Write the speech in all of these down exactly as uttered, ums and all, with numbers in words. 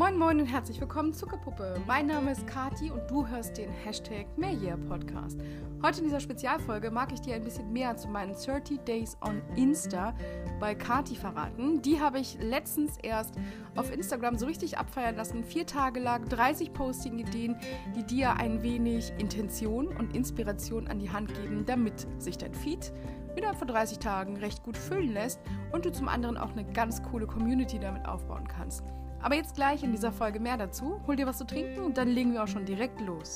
Moin Moin und herzlich willkommen Zuckerpuppe. Mein Name ist Kati und du hörst den Hashtag Mehrjahr Podcast. Heute in dieser Spezialfolge mag ich dir ein bisschen mehr zu meinen dreißig Days on Insta bei Kati verraten. Die habe ich letztens erst auf Instagram so richtig abfeiern lassen. Vier Tage lang, dreißig Posting-Ideen, die dir ein wenig Intention und Inspiration an die Hand geben, damit sich dein Feed innerhalb von dreißig Tagen recht gut füllen lässt und du zum anderen auch eine ganz coole Community damit aufbauen kannst. Aber jetzt gleich in dieser Folge mehr dazu. Hol dir was zu trinken und dann legen wir auch schon direkt los.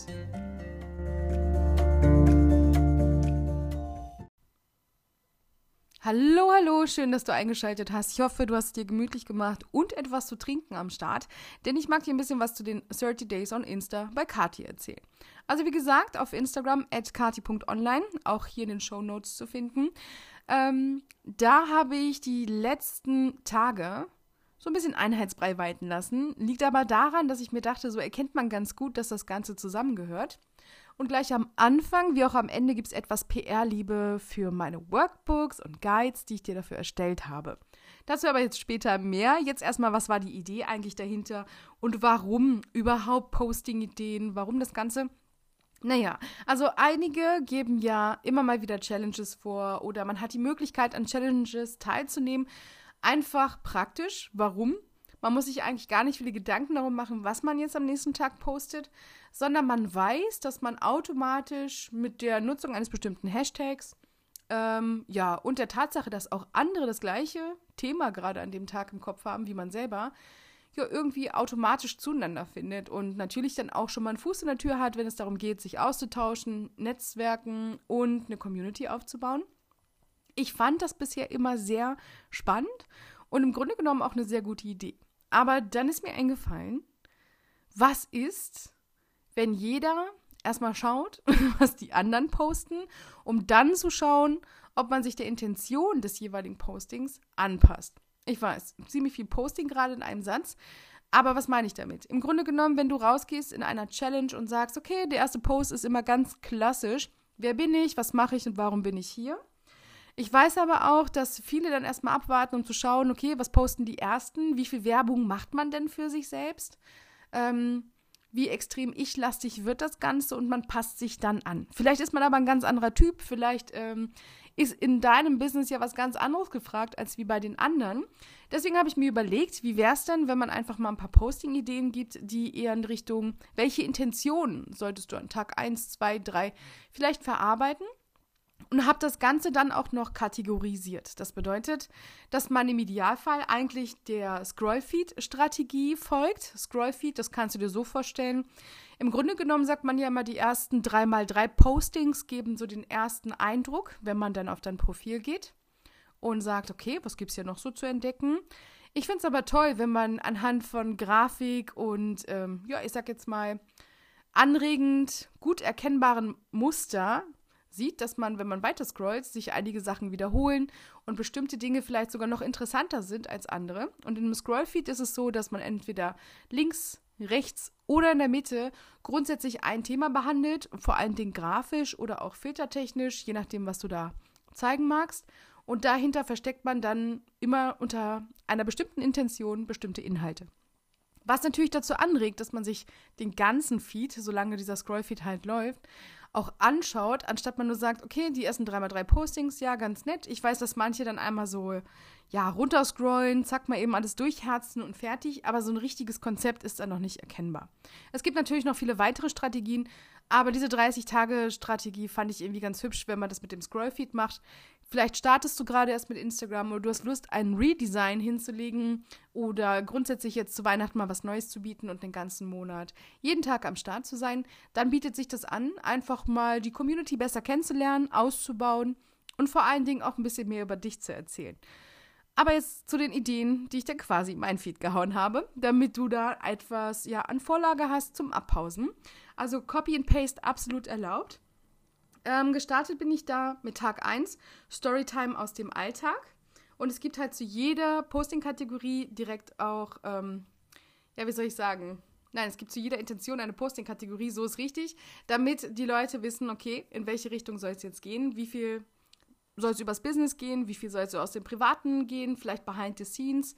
Hallo, hallo, schön, dass du eingeschaltet hast. Ich hoffe, du hast es dir gemütlich gemacht und etwas zu trinken am Start, denn ich mag dir ein bisschen was zu den dreißig Days on Insta bei Kati erzählen. Also wie gesagt, auf Instagram at kati punkt online, auch hier in den Shownotes zu finden. Ähm, da habe ich die letzten Tage so ein bisschen Einheitsbrei walten lassen. Liegt aber daran, dass ich mir dachte, so erkennt man ganz gut, dass das Ganze zusammengehört. Und gleich am Anfang, wie auch am Ende, gibt es etwas P R-Liebe für meine Workbooks und Guides, die ich dir dafür erstellt habe. Dazu aber jetzt später mehr. Jetzt erstmal, was war die Idee eigentlich dahinter und warum überhaupt Posting-Ideen, warum das Ganze? Naja, also einige geben ja immer mal wieder Challenges vor oder man hat die Möglichkeit, an Challenges teilzunehmen. Einfach praktisch. Warum? Man muss sich eigentlich gar nicht viele Gedanken darum machen, was man jetzt am nächsten Tag postet, sondern man weiß, dass man automatisch mit der Nutzung eines bestimmten Hashtags ähm, ja, und der Tatsache, dass auch andere das gleiche Thema gerade an dem Tag im Kopf haben wie man selber, ja irgendwie automatisch zueinander findet und natürlich dann auch schon mal einen Fuß in der Tür hat, wenn es darum geht, sich auszutauschen, Netzwerken und eine Community aufzubauen. Ich fand das bisher immer sehr spannend und im Grunde genommen auch eine sehr gute Idee. Aber dann ist mir eingefallen, was ist, wenn jeder erstmal schaut, was die anderen posten, um dann zu schauen, ob man sich der Intention des jeweiligen Postings anpasst. Ich weiß, ziemlich viel Posting gerade in einem Satz, aber was meine ich damit? Im Grunde genommen, wenn du rausgehst in einer Challenge und sagst, okay, der erste Post ist immer ganz klassisch, wer bin ich, was mache ich und warum bin ich hier? Ich weiß aber auch, dass viele dann erstmal abwarten, um zu schauen, okay, was posten die Ersten? Wie viel Werbung macht man denn für sich selbst? Ähm, wie extrem ich-lastig wird das Ganze und man passt sich dann an. Vielleicht ist man aber ein ganz anderer Typ, vielleicht ähm, ist in deinem Business ja was ganz anderes gefragt, als wie bei den anderen. Deswegen habe ich mir überlegt, wie wäre es denn, wenn man einfach mal ein paar Posting-Ideen gibt, die eher in Richtung, welche Intentionen solltest du an Tag eins, zwei, drei vielleicht verarbeiten? Und habe das Ganze dann auch noch kategorisiert. Das bedeutet, dass man im Idealfall eigentlich der Scrollfeed-Strategie folgt. Scrollfeed, das kannst du dir so vorstellen. Im Grunde genommen sagt man ja immer, die ersten drei mal drei Postings geben so den ersten Eindruck, wenn man dann auf dein Profil geht und sagt, okay, was gibt es hier noch so zu entdecken? Ich finde es aber toll, wenn man anhand von Grafik und, ähm, ja, ich sag jetzt mal, anregend, gut erkennbaren Muster sieht, dass man, wenn man weiter scrollt, sich einige Sachen wiederholen und bestimmte Dinge vielleicht sogar noch interessanter sind als andere. Und in einem Scrollfeed ist es so, dass man entweder links, rechts oder in der Mitte grundsätzlich ein Thema behandelt, vor allen Dingen grafisch oder auch filtertechnisch, je nachdem, was du da zeigen magst. Und dahinter versteckt man dann immer unter einer bestimmten Intention bestimmte Inhalte. Was natürlich dazu anregt, dass man sich den ganzen Feed, solange dieser Scrollfeed halt läuft, auch anschaut, anstatt man nur sagt, okay, die ersten drei mal drei Postings, ja, ganz nett. Ich weiß, dass manche dann einmal so, ja, runterscrollen, zack, mal eben alles durchherzen und fertig, aber so ein richtiges Konzept ist dann noch nicht erkennbar. Es gibt natürlich noch viele weitere Strategien, aber diese dreißig-Tage-Strategie fand ich irgendwie ganz hübsch, wenn man das mit dem Scrollfeed macht. Vielleicht startest du gerade erst mit Instagram oder du hast Lust, einen Redesign hinzulegen oder grundsätzlich jetzt zu Weihnachten mal was Neues zu bieten und den ganzen Monat jeden Tag am Start zu sein. Dann bietet sich das an, einfach mal die Community besser kennenzulernen, auszubauen und vor allen Dingen auch ein bisschen mehr über dich zu erzählen. Aber jetzt zu den Ideen, die ich dann quasi in mein Feed gehauen habe, damit du da etwas ja, an Vorlage hast zum Abpausen. Also Copy and Paste absolut erlaubt. Ähm, gestartet bin ich da mit Tag eins, Storytime aus dem Alltag. Und es gibt halt zu jeder Posting-Kategorie direkt auch, ähm, ja, wie soll ich sagen, nein, es gibt zu jeder Intention eine Posting-Kategorie, so ist richtig, damit die Leute wissen, okay, in welche Richtung soll es jetzt gehen, wie viel soll es übers Business gehen, wie viel soll es so aus dem Privaten gehen, vielleicht behind the scenes.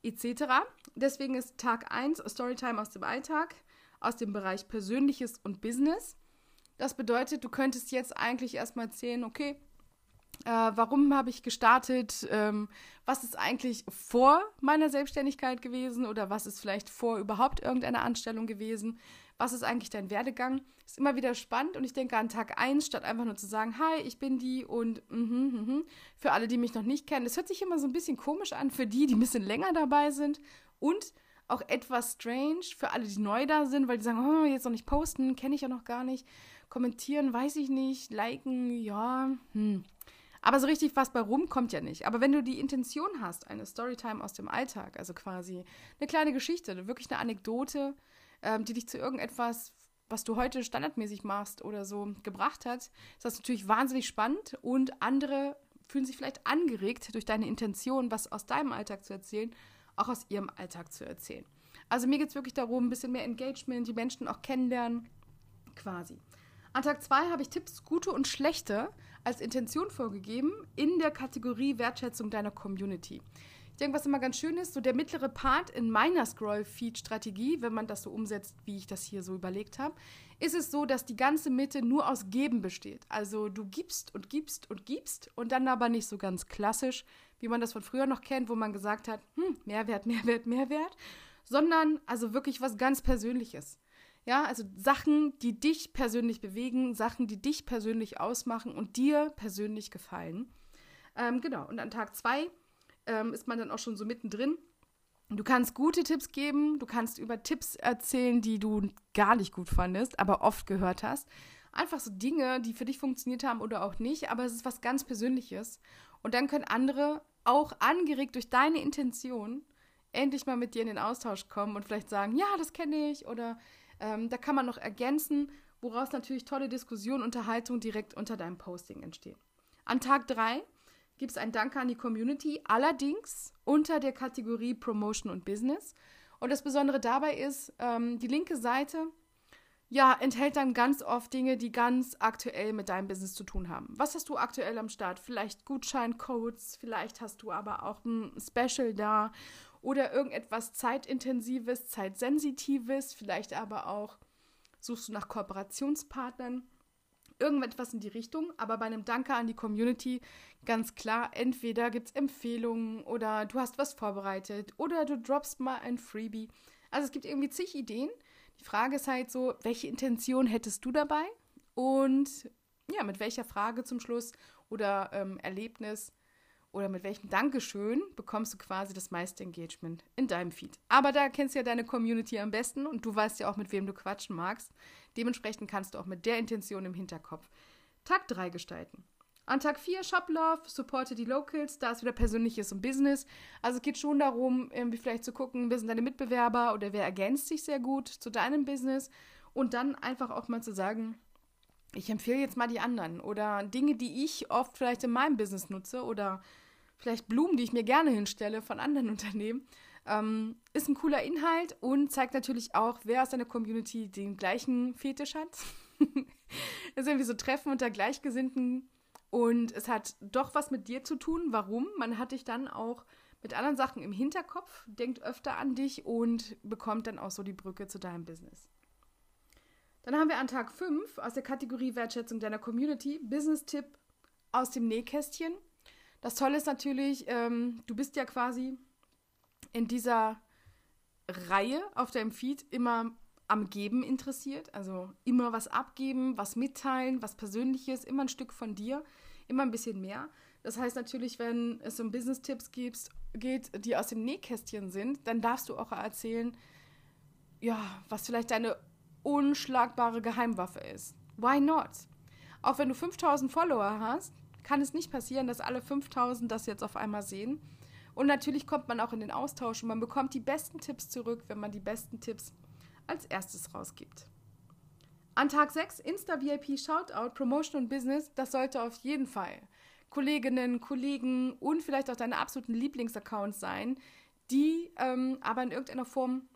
et cetera. Deswegen ist Tag eins Storytime aus dem Alltag, aus dem Bereich Persönliches und Business. Das bedeutet, du könntest jetzt eigentlich erstmal erzählen, okay, äh, warum habe ich gestartet, ähm, was ist eigentlich vor meiner Selbstständigkeit gewesen oder was ist vielleicht vor überhaupt irgendeiner Anstellung gewesen, was ist eigentlich dein Werdegang? Ist immer wieder spannend und ich denke an Tag eins, statt einfach nur zu sagen, hi, ich bin die und mhm, mhm, für alle, die mich noch nicht kennen. Das hört sich immer so ein bisschen komisch an für die, die ein bisschen länger dabei sind und auch etwas strange für alle, die neu da sind, weil die sagen, oh, jetzt noch nicht posten, kenne ich ja noch gar nicht. Kommentieren, weiß ich nicht, liken, ja, hm. Aber so richtig was bei rum kommt ja nicht. Aber wenn du die Intention hast, eine Storytime aus dem Alltag, also quasi eine kleine Geschichte, wirklich eine Anekdote, ähm, die dich zu irgendetwas, was du heute standardmäßig machst oder so, gebracht hat, ist das natürlich wahnsinnig spannend und andere fühlen sich vielleicht angeregt durch deine Intention, was aus deinem Alltag zu erzählen, auch aus ihrem Alltag zu erzählen. Also mir geht es wirklich darum, ein bisschen mehr Engagement, die Menschen auch kennenlernen, quasi. An Tag zwei habe ich Tipps, gute und schlechte, als Intention vorgegeben in der Kategorie Wertschätzung deiner Community. Ich denke, was immer ganz schön ist, so der mittlere Part in meiner Scroll-Feed-Strategie, wenn man das so umsetzt, wie ich das hier so überlegt habe, ist es so, dass die ganze Mitte nur aus Geben besteht. Also du gibst und gibst und gibst und dann aber nicht so ganz klassisch, wie man das von früher noch kennt, wo man gesagt hat, hm, Mehrwert, Mehrwert, Mehrwert, sondern also wirklich was ganz Persönliches. Ja, also Sachen, die dich persönlich bewegen, Sachen, die dich persönlich ausmachen und dir persönlich gefallen. Ähm, genau, und an Tag zwei ähm, ist man dann auch schon so mittendrin. Du kannst gute Tipps geben, du kannst über Tipps erzählen, die du gar nicht gut fandest, aber oft gehört hast. Einfach so Dinge, die für dich funktioniert haben oder auch nicht, aber es ist was ganz Persönliches. Und dann können andere auch angeregt durch deine Intention endlich mal mit dir in den Austausch kommen und vielleicht sagen, ja, das kenne ich oder Ähm, da kann man noch ergänzen, woraus natürlich tolle Diskussion, Unterhaltung direkt unter deinem Posting entstehen. An Tag drei gibt es ein Danke an die Community, allerdings unter der Kategorie Promotion und Business. Und das Besondere dabei ist, ähm, die linke Seite ja, enthält dann ganz oft Dinge, die ganz aktuell mit deinem Business zu tun haben. Was hast du aktuell am Start? Vielleicht Gutscheincodes, vielleicht hast du aber auch ein Special da oder irgendetwas Zeitintensives, Zeitsensitives, vielleicht aber auch suchst du nach Kooperationspartnern, irgendetwas in die Richtung, aber bei einem Danke an die Community ganz klar, entweder gibt es Empfehlungen oder du hast was vorbereitet oder du droppst mal ein Freebie. Also es gibt irgendwie zig Ideen. Die Frage ist halt so, welche Intention hättest du dabei und ja, mit welcher Frage zum Schluss oder ähm, Erlebnis oder mit welchem Dankeschön bekommst du quasi das meiste Engagement in deinem Feed. Aber da kennst du ja deine Community am besten und du weißt ja auch, mit wem du quatschen magst. Dementsprechend kannst du auch mit der Intention im Hinterkopf Tag drei gestalten. An Tag vier Shop Love, supporte die Locals, da ist wieder Persönliches und Business. Also es geht schon darum, irgendwie vielleicht zu gucken, wer sind deine Mitbewerber oder wer ergänzt sich sehr gut zu deinem Business und dann einfach auch mal zu sagen, ich empfehle jetzt mal die anderen oder Dinge, die ich oft vielleicht in meinem Business nutze oder vielleicht Blumen, die ich mir gerne hinstelle von anderen Unternehmen, ähm, ist ein cooler Inhalt und zeigt natürlich auch, wer aus deiner Community den gleichen Fetisch hat. Das ist irgendwie so Treffen unter Gleichgesinnten und es hat doch was mit dir zu tun. Warum? Man hat dich dann auch mit anderen Sachen im Hinterkopf, denkt öfter an dich und bekommt dann auch so die Brücke zu deinem Business. Dann haben wir an Tag fünf aus der Kategorie Wertschätzung deiner Community Business-Tipp aus dem Nähkästchen. Das Tolle ist natürlich, ähm, du bist ja quasi in dieser Reihe auf deinem Feed immer am Geben interessiert, also immer was abgeben, was mitteilen, was Persönliches, immer ein Stück von dir, immer ein bisschen mehr. Das heißt natürlich, wenn es um Business-Tipps geht, die aus dem Nähkästchen sind, dann darfst du auch erzählen, ja, was vielleicht deine unschlagbare Geheimwaffe ist. Why not? Auch wenn du fünftausend Follower hast, kann es nicht passieren, dass alle fünftausend das jetzt auf einmal sehen. Und natürlich kommt man auch in den Austausch und man bekommt die besten Tipps zurück, wenn man die besten Tipps als erstes rausgibt. An Tag sechs Insta-V I P Shoutout, Promotion und Business, das sollte auf jeden Fall Kolleginnen, Kollegen und vielleicht auch deine absoluten Lieblingsaccounts sein, die ähm, aber in irgendeiner Form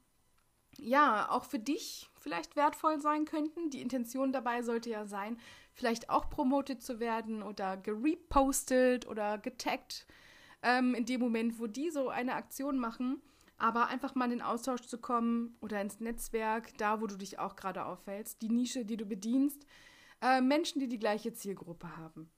ja auch für dich vielleicht wertvoll sein könnten. Die Intention dabei sollte ja sein, vielleicht auch promotet zu werden oder gerepostet oder getaggt ähm, in dem Moment, wo die so eine Aktion machen. Aber einfach mal in den Austausch zu kommen oder ins Netzwerk, da wo du dich auch gerade aufhältst, die Nische, die du bedienst, äh, Menschen, die die gleiche Zielgruppe haben.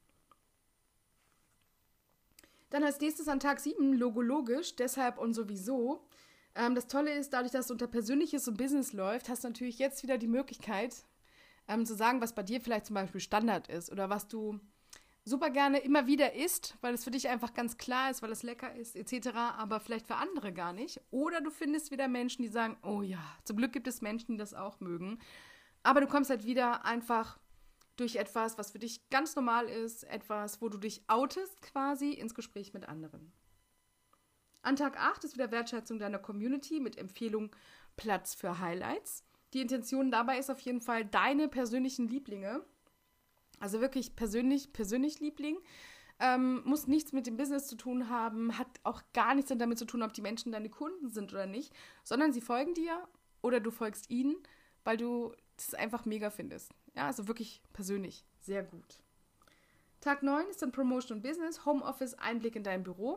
Dann als nächstes an Tag sieben, logologisch, deshalb und sowieso. Ähm, das Tolle ist, dadurch, dass es unter Persönliches und Business läuft, hast du natürlich jetzt wieder die Möglichkeit, ähm, zu sagen, was bei dir vielleicht zum Beispiel Standard ist oder was du super gerne immer wieder isst, weil es für dich einfach ganz klar ist, weil es lecker ist, et cetera, aber vielleicht für andere gar nicht. Oder du findest wieder Menschen, die sagen, oh ja, zum Glück gibt es Menschen, die das auch mögen. Aber du kommst halt wieder einfach durch etwas, was für dich ganz normal ist, etwas, wo du dich outest quasi ins Gespräch mit anderen. An Tag acht ist wieder Wertschätzung deiner Community mit Empfehlung Platz für Highlights. Die Intention dabei ist auf jeden Fall deine persönlichen Lieblinge, also wirklich persönlich, persönlich Liebling, ähm, muss nichts mit dem Business zu tun haben, hat auch gar nichts damit zu tun, ob die Menschen deine Kunden sind oder nicht, sondern sie folgen dir oder du folgst ihnen, weil du das einfach mega findest. Ja, also wirklich persönlich, sehr gut. Tag neun ist dann Promotion und Business, Homeoffice, Einblick in dein Büro.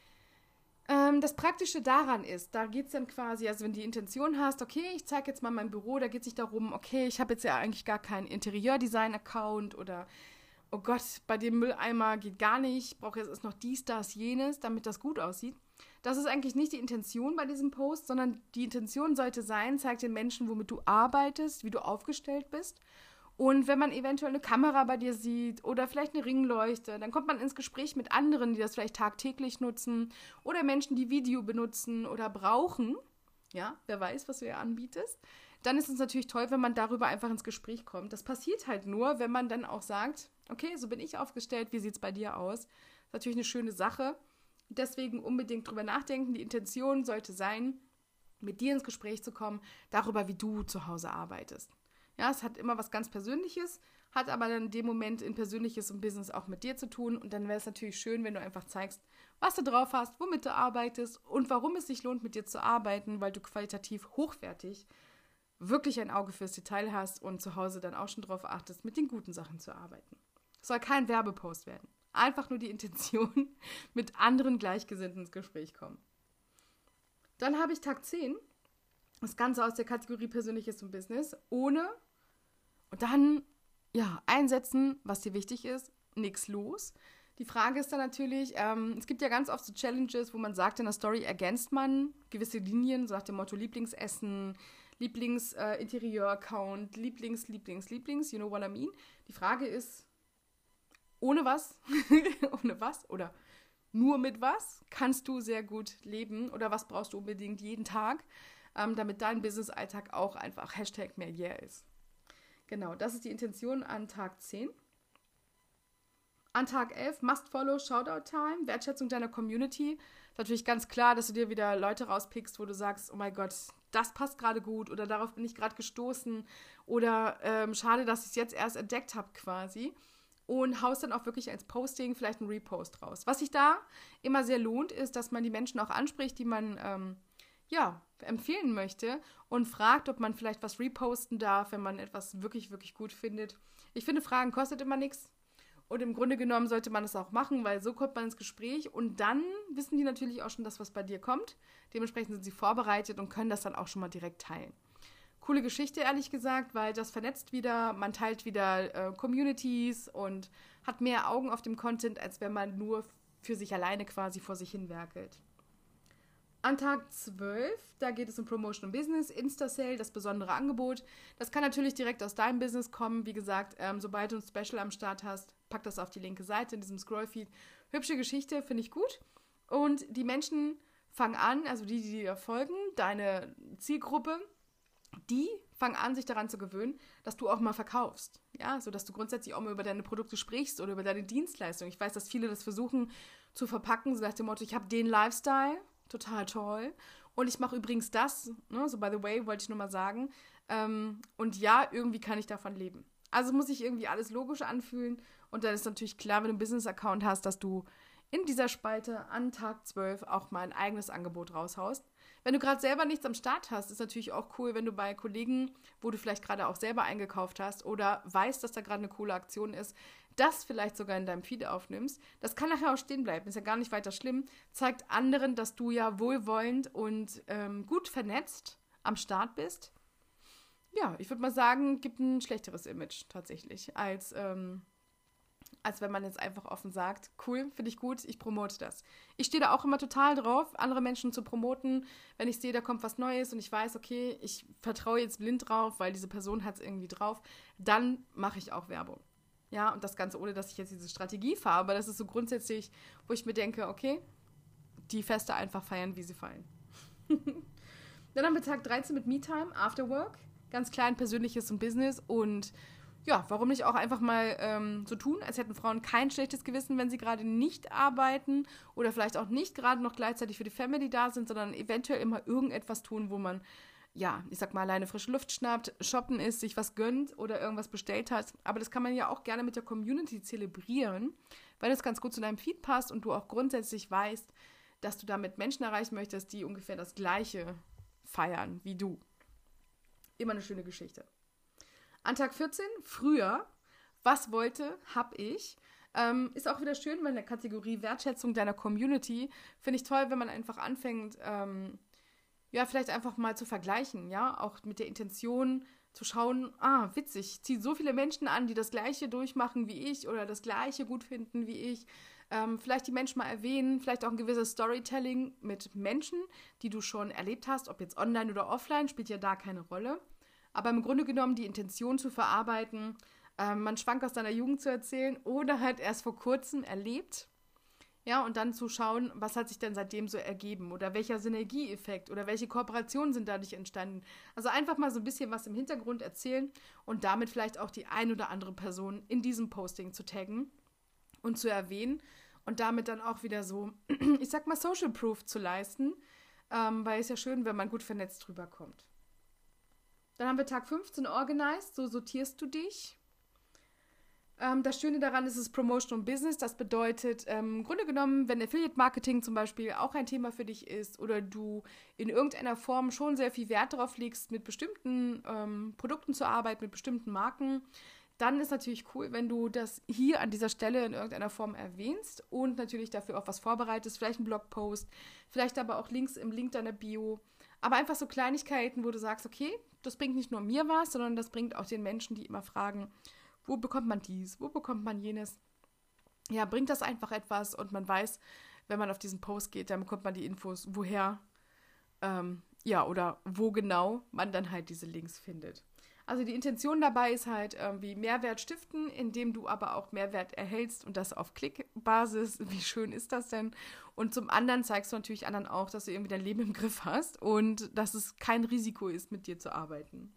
Ähm, das Praktische daran ist, da geht es dann quasi, also wenn du die Intention hast, okay, ich zeige jetzt mal mein Büro, da geht es nicht darum, okay, ich habe jetzt ja eigentlich gar keinen Interieurdesign-Account oder, oh Gott, bei dem Mülleimer geht gar nicht, ich brauche jetzt erst noch dies, das, jenes, damit das gut aussieht. Das ist eigentlich nicht die Intention bei diesem Post, sondern die Intention sollte sein, zeig den Menschen, womit du arbeitest, wie du aufgestellt bist. Und wenn man eventuell eine Kamera bei dir sieht oder vielleicht eine Ringleuchte, dann kommt man ins Gespräch mit anderen, die das vielleicht tagtäglich nutzen oder Menschen, die Video benutzen oder brauchen. Ja, wer weiß, was du ihr anbietest. Dann ist es natürlich toll, wenn man darüber einfach ins Gespräch kommt. Das passiert halt nur, wenn man dann auch sagt, okay, so bin ich aufgestellt, wie sieht es bei dir aus? Das ist natürlich eine schöne Sache. Deswegen unbedingt drüber nachdenken. Die Intention sollte sein, mit dir ins Gespräch zu kommen, darüber, wie du zu Hause arbeitest. Ja, es hat immer was ganz Persönliches, hat aber dann in dem Moment in Persönliches und Business auch mit dir zu tun. Und dann wäre es natürlich schön, wenn du einfach zeigst, was du drauf hast, womit du arbeitest und warum es sich lohnt, mit dir zu arbeiten, weil du qualitativ hochwertig wirklich ein Auge fürs Detail hast und zu Hause dann auch schon darauf achtest, mit den guten Sachen zu arbeiten. Es soll kein Werbepost werden. Einfach nur die Intention, mit anderen Gleichgesinnten ins Gespräch kommen. Dann habe ich Tag zehn, das Ganze aus der Kategorie Persönliches und Business, ohne und dann, ja, einsetzen, was dir wichtig ist, nichts los. Die Frage ist dann natürlich, ähm, es gibt ja ganz oft so Challenges, wo man sagt, in der Story ergänzt man gewisse Linien, so nach dem Motto Lieblingsessen, Lieblings-Interieur-Account, äh, Lieblings, Lieblings, Lieblings, you know what I mean. Die Frage ist, ohne was, ohne was oder nur mit was kannst du sehr gut leben oder was brauchst du unbedingt jeden Tag, ähm, damit dein Business-Alltag auch einfach Hashtag mehr yeah ist. Genau, das ist die Intention an Tag zehn. An Tag elf, Must-Follow, Shoutout-Time, Wertschätzung deiner Community. Ist natürlich ganz klar, dass du dir wieder Leute rauspickst, wo du sagst, oh mein Gott, das passt gerade gut oder darauf bin ich gerade gestoßen oder ähm, schade, dass ich es jetzt erst entdeckt habe quasi. Und haust dann auch wirklich als Posting vielleicht einen Repost raus. Was sich da immer sehr lohnt, ist, dass man die Menschen auch anspricht, die man ähm, ja, empfehlen möchte und fragt, ob man vielleicht was reposten darf, wenn man etwas wirklich, wirklich gut findet. Ich finde, Fragen kostet immer nichts. Und im Grunde genommen sollte man das auch machen, weil so kommt man ins Gespräch und dann wissen die natürlich auch schon das, was bei dir kommt. Dementsprechend sind sie vorbereitet und können das dann auch schon mal direkt teilen. Coole Geschichte, ehrlich gesagt, weil das vernetzt wieder, man teilt wieder äh, Communities und hat mehr Augen auf dem Content, als wenn man nur für sich alleine quasi vor sich hin werkelt. An Tag zwölf, da geht es um Promotion und Business, Insta-Sale, das besondere Angebot. Das kann natürlich direkt aus deinem Business kommen. Wie gesagt, ähm, sobald du ein Special am Start hast, pack das auf die linke Seite in diesem Scrollfeed. Hübsche Geschichte, finde ich gut. Und die Menschen fangen an, also die, die dir folgen, deine Zielgruppe, die fangen an, sich daran zu gewöhnen, dass du auch mal verkaufst. Ja, so dass du grundsätzlich auch mal über deine Produkte sprichst oder über deine Dienstleistung. Ich weiß, dass viele das versuchen zu verpacken, so nach dem Motto, ich habe den Lifestyle, total toll. Und ich mache übrigens das, ne, so by the way, wollte ich nur mal sagen. Ähm, und ja, irgendwie kann ich davon leben. Also muss sich irgendwie alles logisch anfühlen. Und dann ist natürlich klar, wenn du einen Business-Account hast, dass du in dieser Spalte an Tag zwölf auch mal ein eigenes Angebot raushaust. Wenn du gerade selber nichts am Start hast, ist natürlich auch cool, wenn du bei Kollegen, wo du vielleicht gerade auch selber eingekauft hast oder weißt, dass da gerade eine coole Aktion ist, das vielleicht sogar in deinem Feed aufnimmst, das kann nachher auch stehen bleiben, ist ja gar nicht weiter schlimm, zeigt anderen, dass du ja wohlwollend und ähm, gut vernetzt am Start bist. Ja, ich würde mal sagen, gibt ein schlechteres Image tatsächlich, als, ähm, als wenn man jetzt einfach offen sagt, cool, finde ich gut, ich promote das. Ich stehe da auch immer total drauf, andere Menschen zu promoten, wenn ich sehe, da kommt was Neues und ich weiß, okay, ich vertraue jetzt blind drauf, weil diese Person hat es irgendwie drauf, dann mache ich auch Werbung. Ja, und das Ganze, ohne dass ich jetzt diese Strategie fahre, aber das ist so grundsätzlich, wo ich mir denke, okay, die Feste einfach feiern, wie sie fallen. Dann haben wir Tag dreizehn mit Me-Time, After Work, ganz klein, persönliches und Business und ja, warum nicht auch einfach mal ähm, so tun, als hätten Frauen kein schlechtes Gewissen, wenn sie gerade nicht arbeiten oder vielleicht auch nicht gerade noch gleichzeitig für die Family da sind, sondern eventuell immer irgendetwas tun, wo man, ja, ich sag mal, alleine frische Luft schnappt, shoppen ist, sich was gönnt oder irgendwas bestellt hat. Aber das kann man ja auch gerne mit der Community zelebrieren, weil das ganz gut zu deinem Feed passt und du auch grundsätzlich weißt, dass du damit Menschen erreichen möchtest, die ungefähr das Gleiche feiern wie du. Immer eine schöne Geschichte. An Tag vierzehn, früher, was wollte, hab ich. Ähm, ist auch wieder schön, weil in der Kategorie Wertschätzung deiner Community finde ich toll, wenn man einfach anfängt, ähm, ja, vielleicht einfach mal zu vergleichen, ja, auch mit der Intention zu schauen, ah, witzig, zieht so viele Menschen an, die das Gleiche durchmachen wie ich oder das Gleiche gut finden wie ich. Ähm, vielleicht die Menschen mal erwähnen, vielleicht auch ein gewisses Storytelling mit Menschen, die du schon erlebt hast, ob jetzt online oder offline, spielt ja da keine Rolle. Aber im Grunde genommen die Intention zu verarbeiten, ähm, man Schwank aus deiner Jugend zu erzählen oder halt erst vor kurzem erlebt. Ja, und dann zu schauen, was hat sich denn seitdem so ergeben oder welcher Synergieeffekt oder welche Kooperationen sind dadurch entstanden. Also einfach mal so ein bisschen was im Hintergrund erzählen und damit vielleicht auch die ein oder andere Person in diesem Posting zu taggen und zu erwähnen und damit dann auch wieder so, ich sag mal, Social Proof zu leisten, ähm, weil es ja schön, wenn man gut vernetzt drüber kommt. Dann haben wir Tag fünfzehn Organized, so sortierst du dich. Ähm, das Schöne daran ist es Promotion und Business. Das bedeutet, ähm, im Grunde genommen, wenn Affiliate Marketing zum Beispiel auch ein Thema für dich ist oder du in irgendeiner Form schon sehr viel Wert darauf legst, mit bestimmten ähm, Produkten zu arbeiten, mit bestimmten Marken, dann ist natürlich cool, wenn du das hier an dieser Stelle in irgendeiner Form erwähnst und natürlich dafür auch was vorbereitest, vielleicht einen Blogpost, vielleicht aber auch Links im Link deiner Bio, aber einfach so Kleinigkeiten, wo du sagst, okay, das bringt nicht nur mir was, sondern das bringt auch den Menschen, die immer fragen, wo bekommt man dies, wo bekommt man jenes. Ja, bringt das einfach etwas und man weiß, wenn man auf diesen Post geht, dann bekommt man die Infos, woher, ähm, ja, oder wo genau man dann halt diese Links findet. Also die Intention dabei ist halt irgendwie Mehrwert stiften, indem du aber auch Mehrwert erhältst und das auf Klickbasis. Wie schön ist das denn? Und zum anderen zeigst du natürlich anderen auch, dass du irgendwie dein Leben im Griff hast und dass es kein Risiko ist, mit dir zu arbeiten.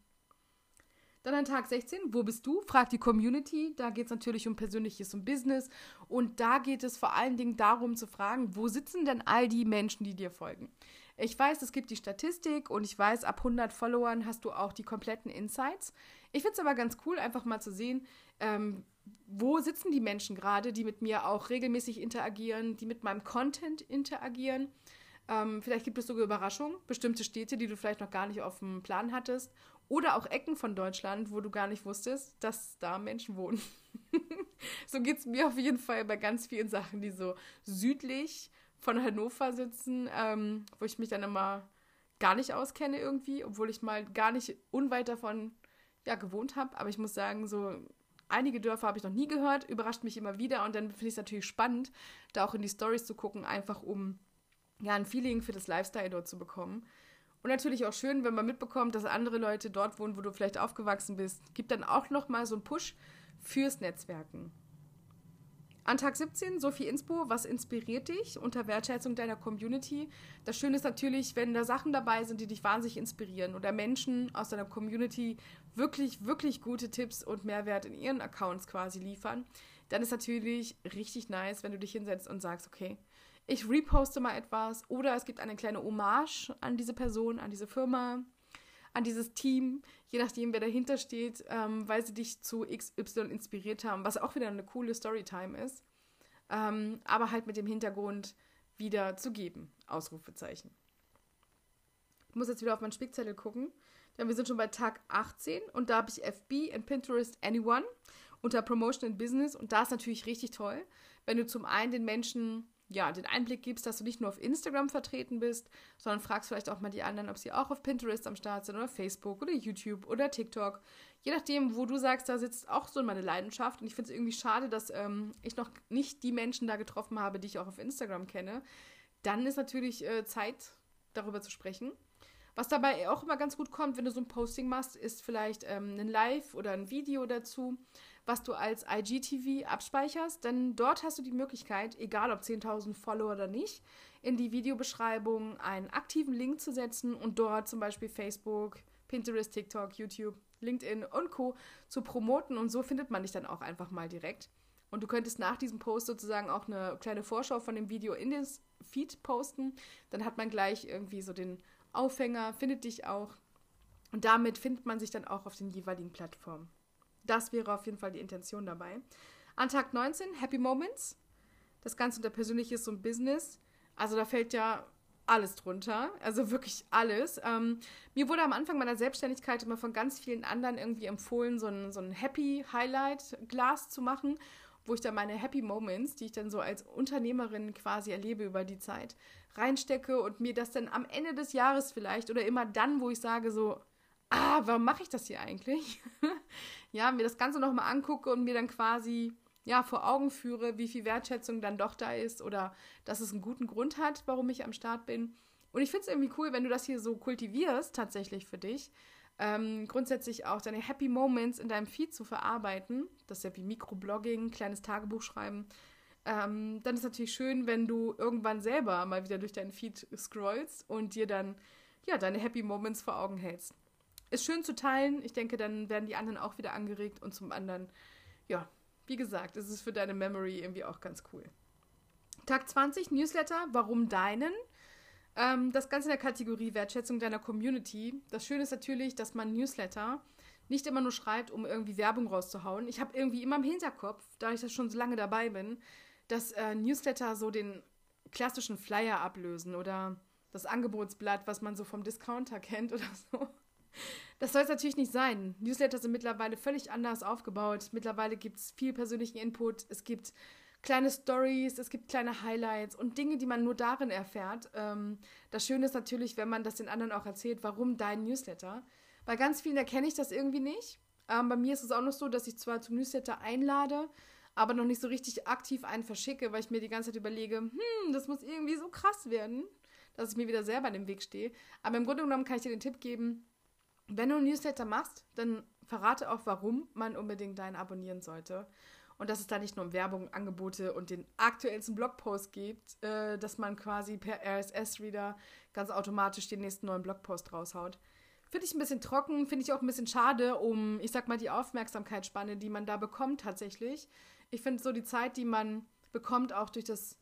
Dann an Tag sechzehn, wo bist du? Frag die Community. Da geht es natürlich um Persönliches und Business. Und da geht es vor allen Dingen darum zu fragen, wo sitzen denn all die Menschen, die dir folgen? Ich weiß, es gibt die Statistik und ich weiß, ab hundert Followern hast du auch die kompletten Insights. Ich finde es aber ganz cool, einfach mal zu sehen, ähm, wo sitzen die Menschen gerade, die mit mir auch regelmäßig interagieren, die mit meinem Content interagieren. Ähm, vielleicht gibt es sogar Überraschungen, bestimmte Städte, die du vielleicht noch gar nicht auf dem Plan hattest. Oder auch Ecken von Deutschland, wo du gar nicht wusstest, dass da Menschen wohnen. So geht es mir auf jeden Fall bei ganz vielen Sachen, die so südlich von Hannover sitzen, ähm, wo ich mich dann immer gar nicht auskenne irgendwie, obwohl ich mal gar nicht unweit davon ja, gewohnt habe. Aber ich muss sagen, so einige Dörfer habe ich noch nie gehört, überrascht mich immer wieder. Und dann finde ich es natürlich spannend, da auch in die Storys zu gucken, einfach um ja, ein Feeling für das Lifestyle dort zu bekommen. Und natürlich auch schön, wenn man mitbekommt, dass andere Leute dort wohnen, wo du vielleicht aufgewachsen bist. Gibt dann auch nochmal so einen Push fürs Netzwerken. An Tag siebzehn, Sophie Inspo, was inspiriert dich unter Wertschätzung deiner Community? Das Schöne ist natürlich, wenn da Sachen dabei sind, die dich wahnsinnig inspirieren oder Menschen aus deiner Community wirklich, wirklich gute Tipps und Mehrwert in ihren Accounts quasi liefern, dann ist natürlich richtig nice, wenn du dich hinsetzt und sagst, okay, ich reposte mal etwas oder es gibt eine kleine Hommage an diese Person, an diese Firma, an dieses Team, je nachdem, wer dahinter steht, ähm, weil sie dich zu X Y inspiriert haben, was auch wieder eine coole Storytime ist, ähm, aber halt mit dem Hintergrund wieder zu geben, Ausrufezeichen. Ich muss jetzt wieder auf meinen Spickzettel gucken, denn wir sind schon bei Tag achtzehn und da habe ich F B and Pinterest Anyone unter Promotion in Business. Und da ist natürlich richtig toll, wenn du zum einen den Menschen ja, den Einblick gibst, dass du nicht nur auf Instagram vertreten bist, sondern fragst vielleicht auch mal die anderen, ob sie auch auf Pinterest am Start sind oder Facebook oder YouTube oder TikTok. Je nachdem, wo du sagst, da sitzt auch so meine Leidenschaft. Und ich finde es irgendwie schade, dass ähm, ich noch nicht die Menschen da getroffen habe, die ich auch auf Instagram kenne. Dann ist natürlich äh, Zeit, darüber zu sprechen. Was dabei auch immer ganz gut kommt, wenn du so ein Posting machst, ist vielleicht ähm, ein Live oder ein Video dazu, was du als I G T V abspeicherst, denn dort hast du die Möglichkeit, egal ob zehntausend Follower oder nicht, in die Videobeschreibung einen aktiven Link zu setzen und dort zum Beispiel Facebook, Pinterest, TikTok, YouTube, LinkedIn und Co. zu promoten und so findet man dich dann auch einfach mal direkt. Und du könntest nach diesem Post sozusagen auch eine kleine Vorschau von dem Video in das Feed posten, dann hat man gleich irgendwie so den Aufhänger, findet dich auch und damit findet man sich dann auch auf den jeweiligen Plattformen. Das wäre auf jeden Fall die Intention dabei. An Tag neunzehn, Happy Moments. Das Ganze unter Persönliches und Business. Also da fällt ja alles drunter. Also wirklich alles. Ähm, mir wurde am Anfang meiner Selbstständigkeit immer von ganz vielen anderen irgendwie empfohlen, so ein, so ein Happy Highlight Glas zu machen, wo ich dann meine Happy Moments, die ich dann so als Unternehmerin quasi erlebe über die Zeit, reinstecke und mir das dann am Ende des Jahres vielleicht oder immer dann, wo ich sage so, ah, warum mache ich das hier eigentlich? Ja, mir das Ganze nochmal angucke und mir dann quasi ja, vor Augen führe, wie viel Wertschätzung dann doch da ist oder dass es einen guten Grund hat, warum ich am Start bin. Und ich finde es irgendwie cool, wenn du das hier so kultivierst, tatsächlich für dich, ähm, grundsätzlich auch deine Happy Moments in deinem Feed zu verarbeiten. Das ist ja wie Mikroblogging, kleines Tagebuch schreiben. Ähm, dann ist natürlich schön, wenn du irgendwann selber mal wieder durch deinen Feed scrollst und dir dann ja, deine Happy Moments vor Augen hältst. Ist schön zu teilen. Ich denke, dann werden die anderen auch wieder angeregt und zum anderen, ja, wie gesagt, es ist für deine Memory irgendwie auch ganz cool. Tag zwanzig, Newsletter, warum deinen? Ähm, das Ganze in der Kategorie Wertschätzung deiner Community. Das Schöne ist natürlich, dass man Newsletter nicht immer nur schreibt, um irgendwie Werbung rauszuhauen. Ich habe irgendwie immer im Hinterkopf, da ich das schon so lange dabei bin, dass äh, Newsletter so den klassischen Flyer ablösen oder das Angebotsblatt, was man so vom Discounter kennt oder so. Das soll es natürlich nicht sein. Newsletter sind mittlerweile völlig anders aufgebaut. Mittlerweile gibt es viel persönlichen Input. Es gibt kleine Stories, es gibt kleine Highlights und Dinge, die man nur darin erfährt. Ähm, das Schöne ist natürlich, wenn man das den anderen auch erzählt, warum dein Newsletter. Bei ganz vielen erkenne ich das irgendwie nicht. Ähm, bei mir ist es auch noch so, dass ich zwar zum Newsletter einlade, aber noch nicht so richtig aktiv einen verschicke, weil ich mir die ganze Zeit überlege, hm, das muss irgendwie so krass werden, dass ich mir wieder selber in den Weg stehe. Aber im Grunde genommen kann ich dir den Tipp geben, wenn du ein Newsletter machst, dann verrate auch, warum man unbedingt deinen abonnieren sollte. Und dass es da nicht nur um Werbung, Angebote und den aktuellsten Blogpost gibt, äh, dass man quasi per R S S-Reader ganz automatisch den nächsten neuen Blogpost raushaut. Finde ich ein bisschen trocken, finde ich auch ein bisschen schade um, ich sag mal, die Aufmerksamkeitsspanne, die man da bekommt tatsächlich. Ich finde so die Zeit, die man bekommt, auch durch das,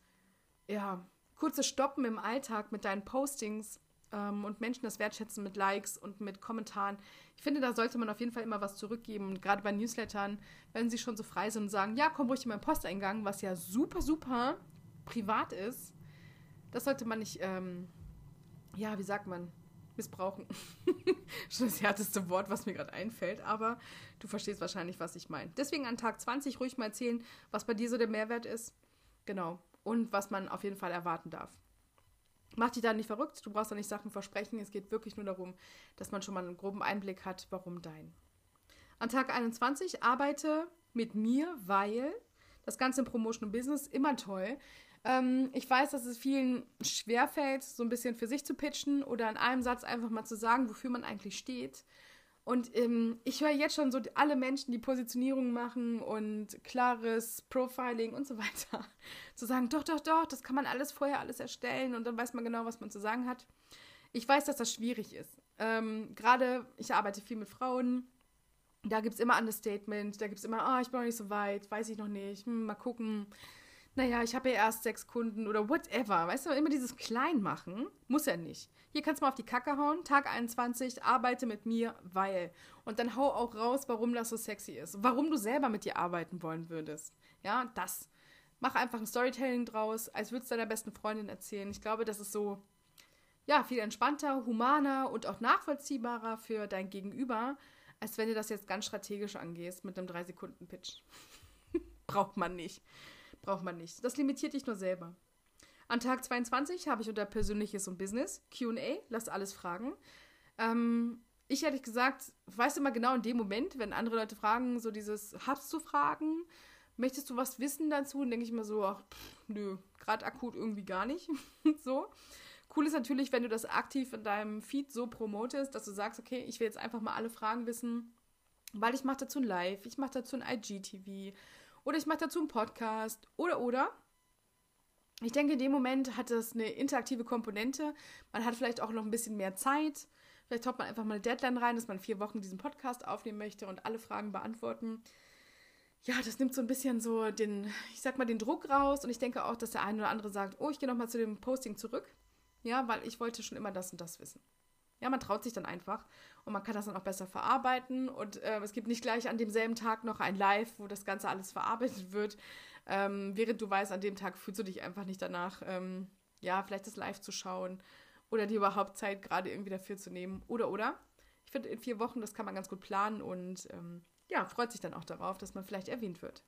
ja, kurze Stoppen im Alltag mit deinen Postings, und Menschen das wertschätzen mit Likes und mit Kommentaren. Ich finde, da sollte man auf jeden Fall immer was zurückgeben. Und gerade bei Newslettern, wenn sie schon so frei sind und sagen, ja, komm ruhig in meinen Posteingang, was ja super, super privat ist, das sollte man nicht, ähm, ja, wie sagt man, missbrauchen. Schon das härteste Wort, was mir gerade einfällt, aber du verstehst wahrscheinlich, was ich meine. Deswegen an Tag zwanzig ruhig mal erzählen, was bei dir so der Mehrwert ist. Genau. Und was man auf jeden Fall erwarten darf. Mach dich da nicht verrückt, du brauchst da nicht Sachen versprechen. Es geht wirklich nur darum, dass man schon mal einen groben Einblick hat, warum dein. An Tag einundzwanzig arbeite mit mir, weil das Ganze im Promotion und Business immer toll. Ähm, ich weiß, dass es vielen schwerfällt, so ein bisschen für sich zu pitchen oder in einem Satz einfach mal zu sagen, wofür man eigentlich steht. Und ähm, ich höre jetzt schon so alle Menschen, die Positionierung machen und klares Profiling und so weiter, zu sagen, doch, doch, doch, das kann man alles vorher alles erstellen und dann weiß man genau, was man zu sagen hat. Ich weiß, dass das schwierig ist. Ähm, gerade, ich arbeite viel mit Frauen, da gibt es immer Understatement, da gibt es immer, ah, oh, ich bin noch nicht so weit, weiß ich noch nicht, hm, mal gucken. Naja, ich habe ja erst sechs Kunden oder whatever. Weißt du, immer dieses Kleinmachen muss ja nicht. Hier kannst du mal auf die Kacke hauen. Tag einundzwanzig, arbeite mit mir, weil. Und dann hau auch raus, warum das so sexy ist. Warum du selber mit dir arbeiten wollen würdest. Ja, das. Mach einfach ein Storytelling draus, als würdest du deiner besten Freundin erzählen. Ich glaube, das ist so, ja, viel entspannter, humaner und auch nachvollziehbarer für dein Gegenüber, als wenn du das jetzt ganz strategisch angehst mit einem drei Sekunden Pitch. Braucht man nicht. Braucht man nicht. Das limitiert dich nur selber. An Tag zweiundzwanzig habe ich unter Persönliches und Business Q und A, lass alles fragen. Ähm, ich ehrlich gesagt, weiß immer genau in dem Moment, wenn andere Leute fragen, so dieses, hast du Fragen? Möchtest du was wissen dazu? Und denke ich mir so, ach, pff, nö, gerade akut irgendwie gar nicht. So. Cool ist natürlich, wenn du das aktiv in deinem Feed so promotest, dass du sagst, okay, ich will jetzt einfach mal alle Fragen wissen, weil ich mache dazu ein Live, ich mache dazu ein I G T V oder ich mache dazu einen Podcast oder, oder. Ich denke, in dem Moment hat es eine interaktive Komponente. Man hat vielleicht auch noch ein bisschen mehr Zeit. Vielleicht haut man einfach mal eine Deadline rein, dass man vier Wochen diesen Podcast aufnehmen möchte und alle Fragen beantworten. Ja, das nimmt so ein bisschen so den, ich sag mal, den Druck raus. Und ich denke auch, dass der eine oder andere sagt, oh, ich gehe nochmal zu dem Posting zurück. Ja, weil ich wollte schon immer das und das wissen. Ja, man traut sich dann einfach und man kann das dann auch besser verarbeiten. Und äh, es gibt nicht gleich an demselben Tag noch ein Live, wo das Ganze alles verarbeitet wird. Ähm, während du weißt, an dem Tag fühlst du dich einfach nicht danach, ähm, ja, vielleicht das Live zu schauen oder dir überhaupt Zeit gerade irgendwie dafür zu nehmen. Oder, oder. Ich finde, in vier Wochen, das kann man ganz gut planen und ähm, ja, freut sich dann auch darauf, dass man vielleicht erwähnt wird.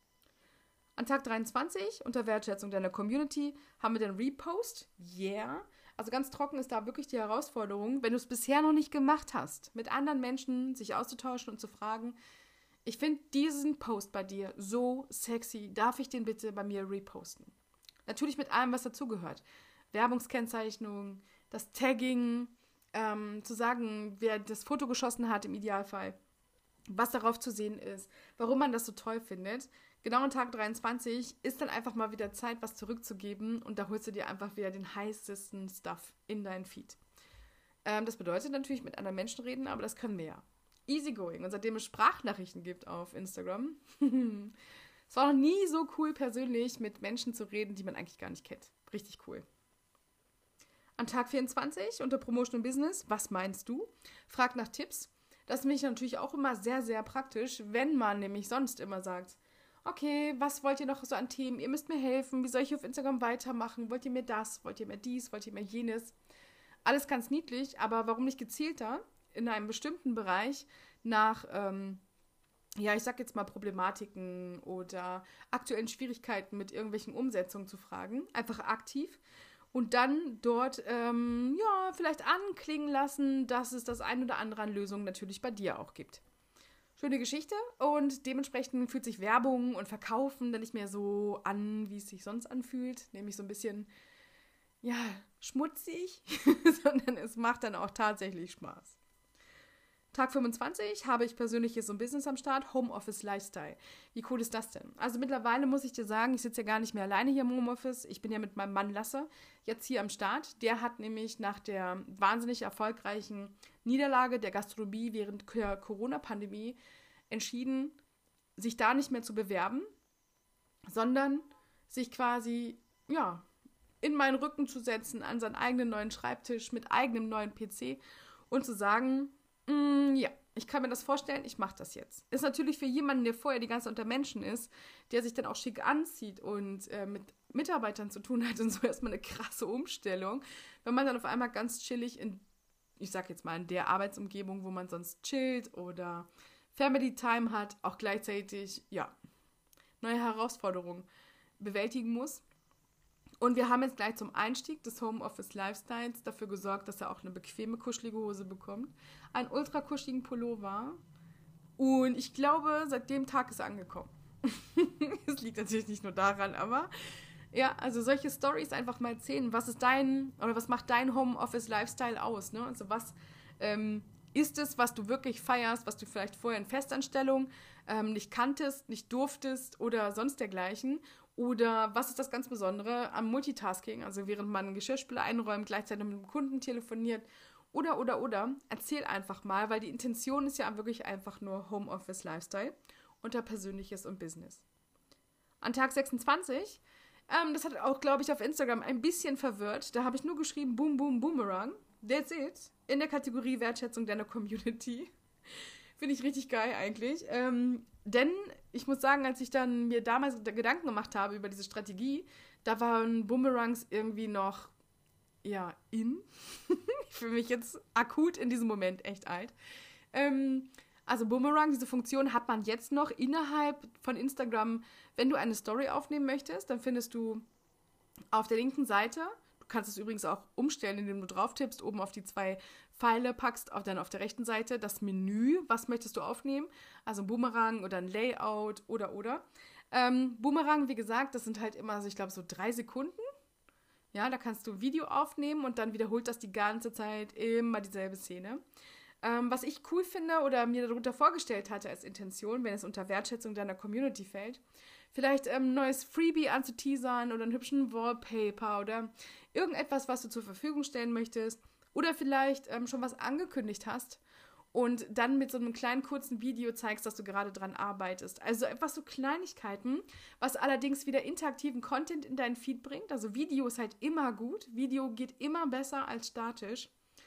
An Tag dreiundzwanzig, unter Wertschätzung deiner Community, haben wir den Repost. Yeah. Also ganz trocken ist da wirklich die Herausforderung, wenn du es bisher noch nicht gemacht hast, mit anderen Menschen sich auszutauschen und zu fragen, ich finde diesen Post bei dir so sexy, darf ich den bitte bei mir reposten? Natürlich mit allem, was dazugehört. Werbungskennzeichnung, das Tagging, ähm, zu sagen, wer das Foto geschossen hat im Idealfall, was darauf zu sehen ist, warum man das so toll findet. Genau an Tag dreiundzwanzig ist dann einfach mal wieder Zeit, was zurückzugeben und da holst du dir einfach wieder den heißesten Stuff in deinen Feed. Ähm, das bedeutet natürlich mit anderen Menschen reden, aber das können wir ja. Easygoing. Und seitdem es Sprachnachrichten gibt auf Instagram, es war noch nie so cool, persönlich mit Menschen zu reden, die man eigentlich gar nicht kennt. Richtig cool. An Tag vierundzwanzig unter Promotion und Business, was meinst du? Frag nach Tipps. Das ist mich natürlich auch immer sehr, sehr praktisch, wenn man nämlich sonst immer sagt, okay, was wollt ihr noch so an Themen? Ihr müsst mir helfen. Wie soll ich auf Instagram weitermachen? Wollt ihr mir das? Wollt ihr mir dies? Wollt ihr mir jenes? Alles ganz niedlich, aber warum nicht gezielter in einem bestimmten Bereich nach, ähm, ja, ich sag jetzt mal Problematiken oder aktuellen Schwierigkeiten mit irgendwelchen Umsetzungen zu fragen. Einfach aktiv. Und dann dort, ähm, ja, vielleicht anklingen lassen, dass es das ein oder andere an Lösungen natürlich bei dir auch gibt. Schöne Geschichte und dementsprechend fühlt sich Werbung und Verkaufen dann nicht mehr so an, wie es sich sonst anfühlt. Nämlich so ein bisschen, ja, schmutzig, sondern es macht dann auch tatsächlich Spaß. Tag fünfundzwanzig habe ich Persönliches und Business am Start, Homeoffice Lifestyle. Wie cool ist das denn? Also mittlerweile muss ich dir sagen, ich sitze ja gar nicht mehr alleine hier im Homeoffice. Ich bin ja mit meinem Mann Lasse jetzt hier am Start. Der hat nämlich nach der wahnsinnig erfolgreichen Niederlage der Gastronomie während der Corona-Pandemie entschieden, sich da nicht mehr zu bewerben, sondern sich quasi, ja, in meinen Rücken zu setzen, an seinen eigenen neuen Schreibtisch mit eigenem neuen P C und zu sagen, ja, ich kann mir das vorstellen, ich mache das jetzt. Ist natürlich für jemanden, der vorher die ganze Zeit unter Menschen ist, der sich dann auch schick anzieht und äh, mit Mitarbeitern zu tun hat und so erstmal eine krasse Umstellung, wenn man dann auf einmal ganz chillig in, ich sag jetzt mal, in der Arbeitsumgebung, wo man sonst chillt oder Family Time hat, auch gleichzeitig, ja, neue Herausforderungen bewältigen muss. Und wir haben jetzt gleich zum Einstieg des Homeoffice Lifestyles dafür gesorgt, dass er auch eine bequeme, kuschelige Hose bekommt. Einen ultra kuscheligen Pullover. Und ich glaube, seit dem Tag ist er angekommen. Es liegt natürlich nicht nur daran, aber ja, also solche Storys einfach mal erzählen. Was ist dein, oder was macht dein Homeoffice Lifestyle aus? Ne? Also was ähm, ist es, was du wirklich feierst, was du vielleicht vorher in Festanstellung ähm, nicht kanntest, nicht durftest oder sonst dergleichen? Oder was ist das ganz Besondere am Multitasking, also während man Geschirrspüler einräumt, gleichzeitig mit dem Kunden telefoniert oder, oder, oder. Erzähl einfach mal, weil die Intention ist ja wirklich einfach nur Homeoffice Lifestyle unter Persönliches und Business. An Tag sechsundzwanzig, ähm, das hat auch, glaube ich, auf Instagram ein bisschen verwirrt. Da habe ich nur geschrieben, Boom, Boom, Boomerang. That's it. In der Kategorie Wertschätzung deiner Community. Finde ich richtig geil eigentlich. Ähm, denn ich muss sagen, als ich dann mir damals Gedanken gemacht habe über diese Strategie, da waren Boomerangs irgendwie noch, ja, in. Ich fühle mich jetzt akut in diesem Moment echt alt. Ähm, Also Boomerang, diese Funktion hat man jetzt noch innerhalb von Instagram. Wenn du eine Story aufnehmen möchtest, dann findest du auf der linken Seite, du kannst es übrigens auch umstellen, indem du drauf tippst, oben auf die zwei Pfeile packst, auch dann auf der rechten Seite das Menü, was möchtest du aufnehmen, also ein Boomerang oder ein Layout oder oder. Ähm, Boomerang, wie gesagt, das sind halt immer, also ich glaube so drei Sekunden. Ja, da kannst du Video aufnehmen und dann wiederholt das die ganze Zeit immer dieselbe Szene. Ähm, was ich cool finde oder mir darunter vorgestellt hatte als Intention, wenn es unter Wertschätzung deiner Community fällt, vielleicht ein ähm, neues Freebie anzuteasern oder einen hübschen Wallpaper oder irgendetwas, was du zur Verfügung stellen möchtest oder vielleicht ähm, schon was angekündigt hast und dann mit so einem kleinen kurzen Video zeigst, dass du gerade dran arbeitest. Also etwas so Kleinigkeiten, was allerdings wieder interaktiven Content in deinen Feed bringt. Also Video ist halt immer gut. Video geht immer besser als statisch.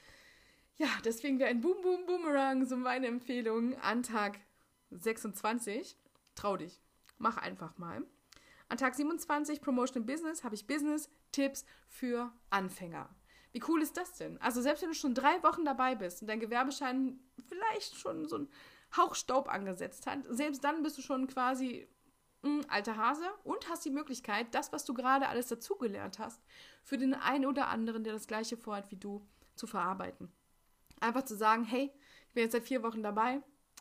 Ja, deswegen wäre ein Boom Boom Boomerang so meine Empfehlung an Tag sechsundzwanzig. Trau dich, mach einfach mal. An Tag siebenundzwanzig Promotion im Business habe ich Business-Tipps für Anfänger. Wie cool ist das denn? Also selbst wenn du schon drei Wochen dabei bist und dein Gewerbeschein vielleicht schon so einen Hauch Staub angesetzt hat, selbst dann bist du schon quasi ein alter Hase und hast die Möglichkeit, das, was du gerade alles dazugelernt hast, für den einen oder anderen, der das Gleiche vorhat wie du, zu verarbeiten. Einfach zu sagen, hey, ich bin jetzt seit vier Wochen dabei,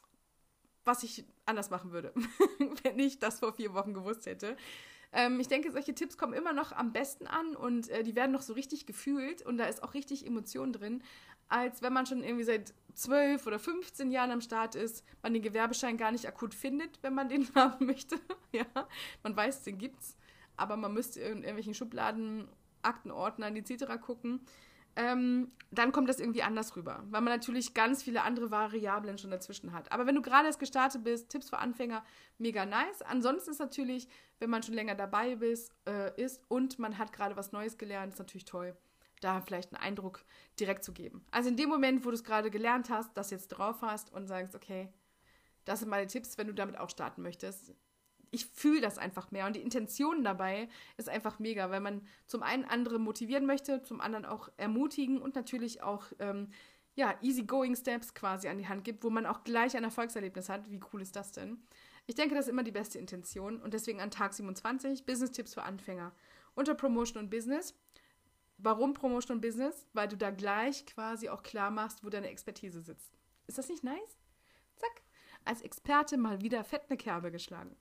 was ich anders machen würde, wenn ich das vor vier Wochen gewusst hätte. Ähm, ich denke, solche Tipps kommen immer noch am besten an und äh, die werden noch so richtig gefühlt und da ist auch richtig Emotion drin, als wenn man schon irgendwie seit zwölf oder fünfzehn Jahren am Start ist, man den Gewerbeschein gar nicht akut findet, wenn man den haben möchte. Ja, man weiß, den gibt's, aber man müsste in irgendwelchen Schubladen, Aktenordnern et cetera gucken. Ähm, dann kommt das irgendwie anders rüber, weil man natürlich ganz viele andere Variablen schon dazwischen hat. Aber wenn du gerade erst gestartet bist, Tipps für Anfänger, mega nice. Ansonsten ist natürlich, wenn man schon länger dabei bist, äh, ist und man hat gerade was Neues gelernt, ist natürlich toll, da vielleicht einen Eindruck direkt zu geben. Also in dem Moment, wo du es gerade gelernt hast, das jetzt drauf hast und sagst, okay, das sind meine Tipps, wenn du damit auch starten möchtest. Ich fühle das einfach mehr und die Intention dabei ist einfach mega, weil man zum einen andere motivieren möchte, zum anderen auch ermutigen und natürlich auch ähm, ja, easy-going Steps quasi an die Hand gibt, wo man auch gleich ein Erfolgserlebnis hat. Wie cool ist das denn? Ich denke, das ist immer die beste Intention und deswegen an Tag siebenundzwanzig Business-Tipps für Anfänger unter Promotion und Business. Warum Promotion und Business? Weil du da gleich quasi auch klar machst, wo deine Expertise sitzt. Ist das nicht nice? Zack. Als Experte mal wieder fett eine Kerbe geschlagen.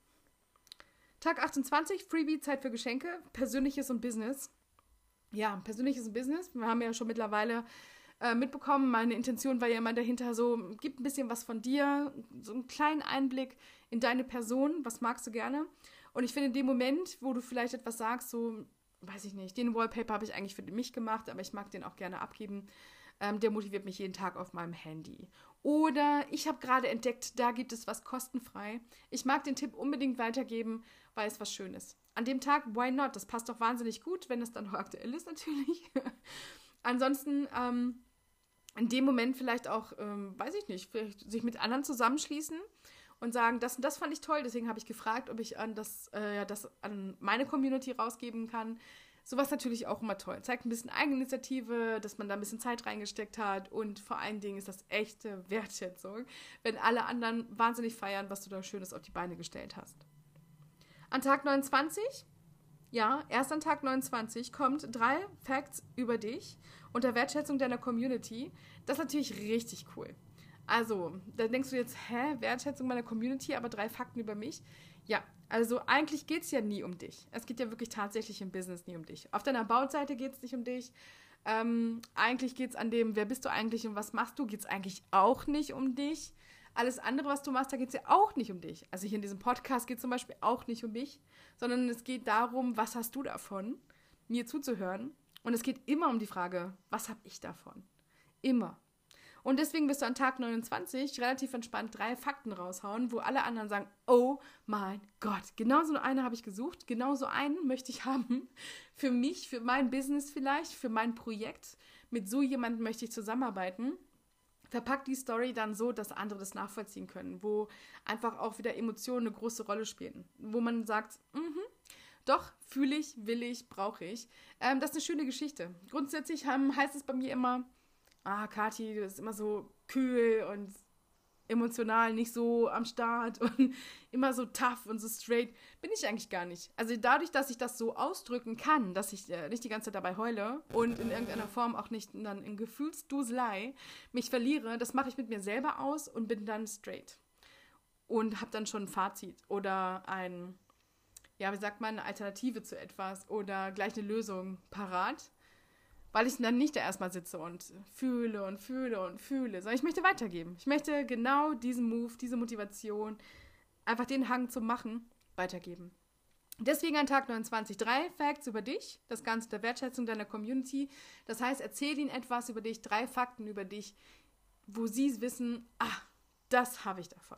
Tag achtundzwanzig, Freebie, Zeit für Geschenke, Persönliches und Business. Ja, Persönliches und Business. Wir haben ja schon mittlerweile äh, mitbekommen, meine Intention war ja immer dahinter so, gib ein bisschen was von dir, so einen kleinen Einblick in deine Person, was magst du gerne. Und ich finde, in dem Moment, wo du vielleicht etwas sagst, so, weiß ich nicht, den Wallpaper habe ich eigentlich für mich gemacht, aber ich mag den auch gerne abgeben, ähm, der motiviert mich jeden Tag auf meinem Handy. Oder ich habe gerade entdeckt, da gibt es was kostenfrei. Ich mag den Tipp unbedingt weitergeben, weil es was Schönes. An dem Tag, why not? Das passt doch wahnsinnig gut, wenn es dann noch aktuell ist natürlich. Ansonsten ähm, in dem Moment vielleicht auch, ähm, weiß ich nicht, vielleicht sich mit anderen zusammenschließen und sagen, das und das fand ich toll, deswegen habe ich gefragt, ob ich an das, äh, das an meine Community rausgeben kann. Sowas natürlich auch immer toll. Zeigt ein bisschen Eigeninitiative, dass man da ein bisschen Zeit reingesteckt hat und vor allen Dingen ist das echte Wertschätzung, wenn alle anderen wahnsinnig feiern, was du da Schönes auf die Beine gestellt hast. An Tag neunundzwanzig, ja, erst an Tag neunundzwanzig kommt drei Facts über dich unter Wertschätzung deiner Community. Das ist natürlich richtig cool. Also, da denkst du jetzt, hä, Wertschätzung meiner Community, aber drei Fakten über mich? Ja, also eigentlich geht es ja nie um dich. Es geht ja wirklich tatsächlich im Business nie um dich. Auf deiner About-Seite geht es nicht um dich. Ähm, eigentlich geht es an dem, wer bist du eigentlich und was machst du, geht es eigentlich auch nicht um dich. Alles andere, was du machst, da geht es ja auch nicht um dich. Also hier in diesem Podcast geht es zum Beispiel auch nicht um mich, sondern es geht darum, was hast du davon, mir zuzuhören. Und es geht immer um die Frage, was habe ich davon? Immer. Und deswegen wirst du an Tag neunundzwanzig relativ entspannt drei Fakten raushauen, wo alle anderen sagen, oh mein Gott, genau so eine habe ich gesucht, genau so einen möchte ich haben. Für mich, für mein Business vielleicht, für mein Projekt. Mit so jemandem möchte ich zusammenarbeiten. Verpackt die Story dann so, dass andere das nachvollziehen können, wo einfach auch wieder Emotionen eine große Rolle spielen. Wo man sagt, mhm, doch, fühle ich, will ich, brauche ich. Ähm, das ist eine schöne Geschichte. Grundsätzlich ähm, heißt es bei mir immer, ah, Kathi, du bist immer so kühl und emotional nicht so am Start und immer so tough und so straight. Bin ich eigentlich gar nicht. Also dadurch, dass ich das so ausdrücken kann, dass ich äh, nicht die ganze Zeit dabei heule und in irgendeiner Form auch nicht dann in Gefühlsduselei mich verliere, das mache ich mit mir selber aus und bin dann straight. Und habe dann schon ein Fazit oder ein, ja, wie sagt man, eine Alternative zu etwas oder gleich eine Lösung parat. Weil ich dann nicht da erstmal sitze und fühle und fühle und fühle, sondern ich möchte weitergeben. Ich möchte genau diesen Move, diese Motivation, einfach den Hang zum Machen, weitergeben. Deswegen an Tag neunundzwanzig drei Facts über dich, das Ganze der Wertschätzung deiner Community. Das heißt, erzähl ihnen etwas über dich, drei Fakten über dich, wo sie wissen, ah, das habe ich davon.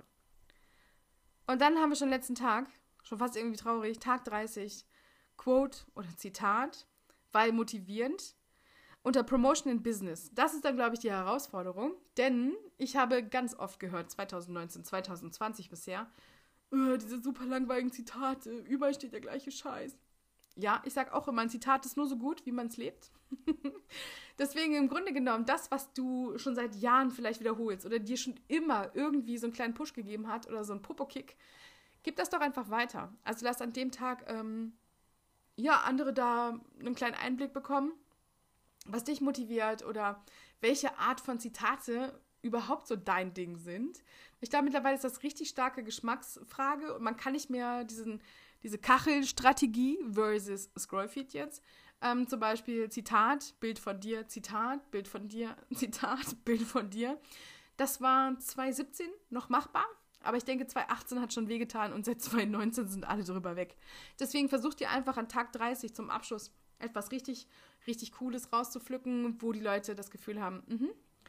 Und dann haben wir schon letzten Tag, schon fast irgendwie traurig, Tag dreißig, Quote oder Zitat, weil motivierend, unter Promotion in Business. Das ist dann, glaube ich, die Herausforderung, denn ich habe ganz oft gehört, zwanzig neunzehn, zwanzig zwanzig bisher, äh, diese super langweiligen Zitate, überall steht der gleiche Scheiß. Ja, ich sage auch immer, ein Zitat ist nur so gut, wie man es lebt. Deswegen im Grunde genommen, das, was du schon seit Jahren vielleicht wiederholst oder dir schon immer irgendwie so einen kleinen Push gegeben hat oder so einen Popo-Kick, gib das doch einfach weiter. Also lass an dem Tag ähm, ja, andere da einen kleinen Einblick bekommen, was dich motiviert oder welche Art von Zitate überhaupt so dein Ding sind. Ich glaube, mittlerweile ist das richtig starke Geschmacksfrage und man kann nicht mehr diesen, diese Kachelstrategie versus Scrollfeed jetzt, ähm, zum Beispiel Zitat, Bild von dir, Zitat, Bild von dir, Zitat, Bild von dir. Das war zwanzig siebzehn noch machbar, aber ich denke, zwanzig achtzehn hat schon wehgetan und seit zwanzig neunzehn sind alle drüber weg. Deswegen versucht ihr einfach an Tag dreißig zum Abschluss etwas richtig, richtig Cooles rauszupflücken, wo die Leute das Gefühl haben, mhm,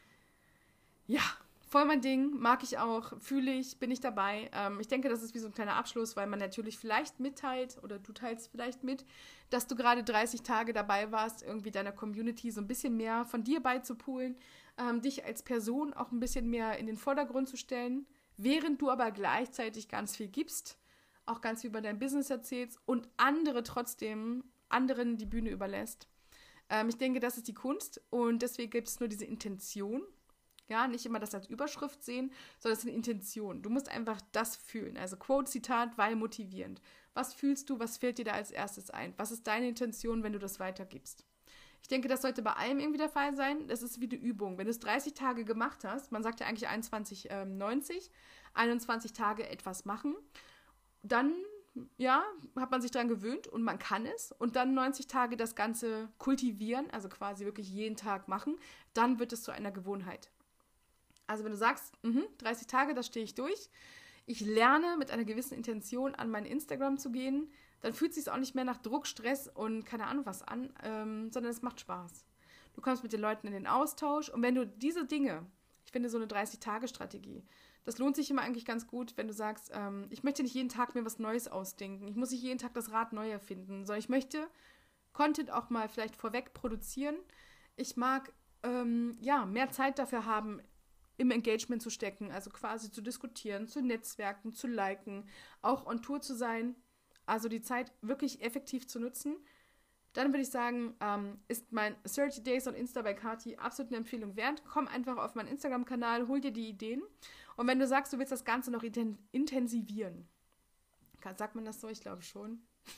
ja, voll mein Ding, mag ich auch, fühle ich, bin ich dabei. Ähm, ich denke, das ist wie so ein kleiner Abschluss, weil man natürlich vielleicht mitteilt oder du teilst vielleicht mit, dass du gerade dreißig Tage dabei warst, irgendwie deiner Community so ein bisschen mehr von dir beizupulen, ähm, dich als Person auch ein bisschen mehr in den Vordergrund zu stellen, während du aber gleichzeitig ganz viel gibst, auch ganz viel über dein Business erzählst und andere trotzdem anderen die Bühne überlässt. Ähm, ich denke, das ist die Kunst und deswegen gibt es nur diese Intention. Ja, nicht immer das als Überschrift sehen, sondern es ist eine Intention. Du musst einfach das fühlen. Also Quote, Zitat, weil motivierend. Was fühlst du, was fällt dir da als erstes ein? Was ist deine Intention, wenn du das weitergibst? Ich denke, das sollte bei allem irgendwie der Fall sein. Das ist wie eine Übung. Wenn du es dreißig Tage gemacht hast, man sagt ja eigentlich einundzwanzig neunzig, einundzwanzig Tage etwas machen, dann ja, hat man sich daran gewöhnt und man kann es und dann neunzig Tage das Ganze kultivieren, also quasi wirklich jeden Tag machen, dann wird es zu einer Gewohnheit. Also wenn du sagst, mh, dreißig Tage, das stehe ich durch, ich lerne mit einer gewissen Intention an mein Instagram zu gehen, dann fühlt es sich auch nicht mehr nach Druck, Stress und keine Ahnung was an, ähm, sondern es macht Spaß. Du kommst mit den Leuten in den Austausch und wenn du diese Dinge, ich finde so eine dreißig-Tage-Strategie, das lohnt sich immer eigentlich ganz gut, wenn du sagst, ähm, ich möchte nicht jeden Tag mir was Neues ausdenken. Ich muss nicht jeden Tag das Rad neu erfinden, sondern ich möchte Content auch mal vielleicht vorweg produzieren. Ich mag ähm, ja, mehr Zeit dafür haben, im Engagement zu stecken, also quasi zu diskutieren, zu netzwerken, zu liken, auch on Tour zu sein, also die Zeit wirklich effektiv zu nutzen. Dann würde ich sagen, ähm, ist mein thirty Days on Insta bei Kati absolut eine Empfehlung wert. Komm einfach auf meinen Instagram-Kanal, hol dir die Ideen. Und wenn du sagst, du willst das Ganze noch intensivieren, sagt man das so? Ich glaube schon.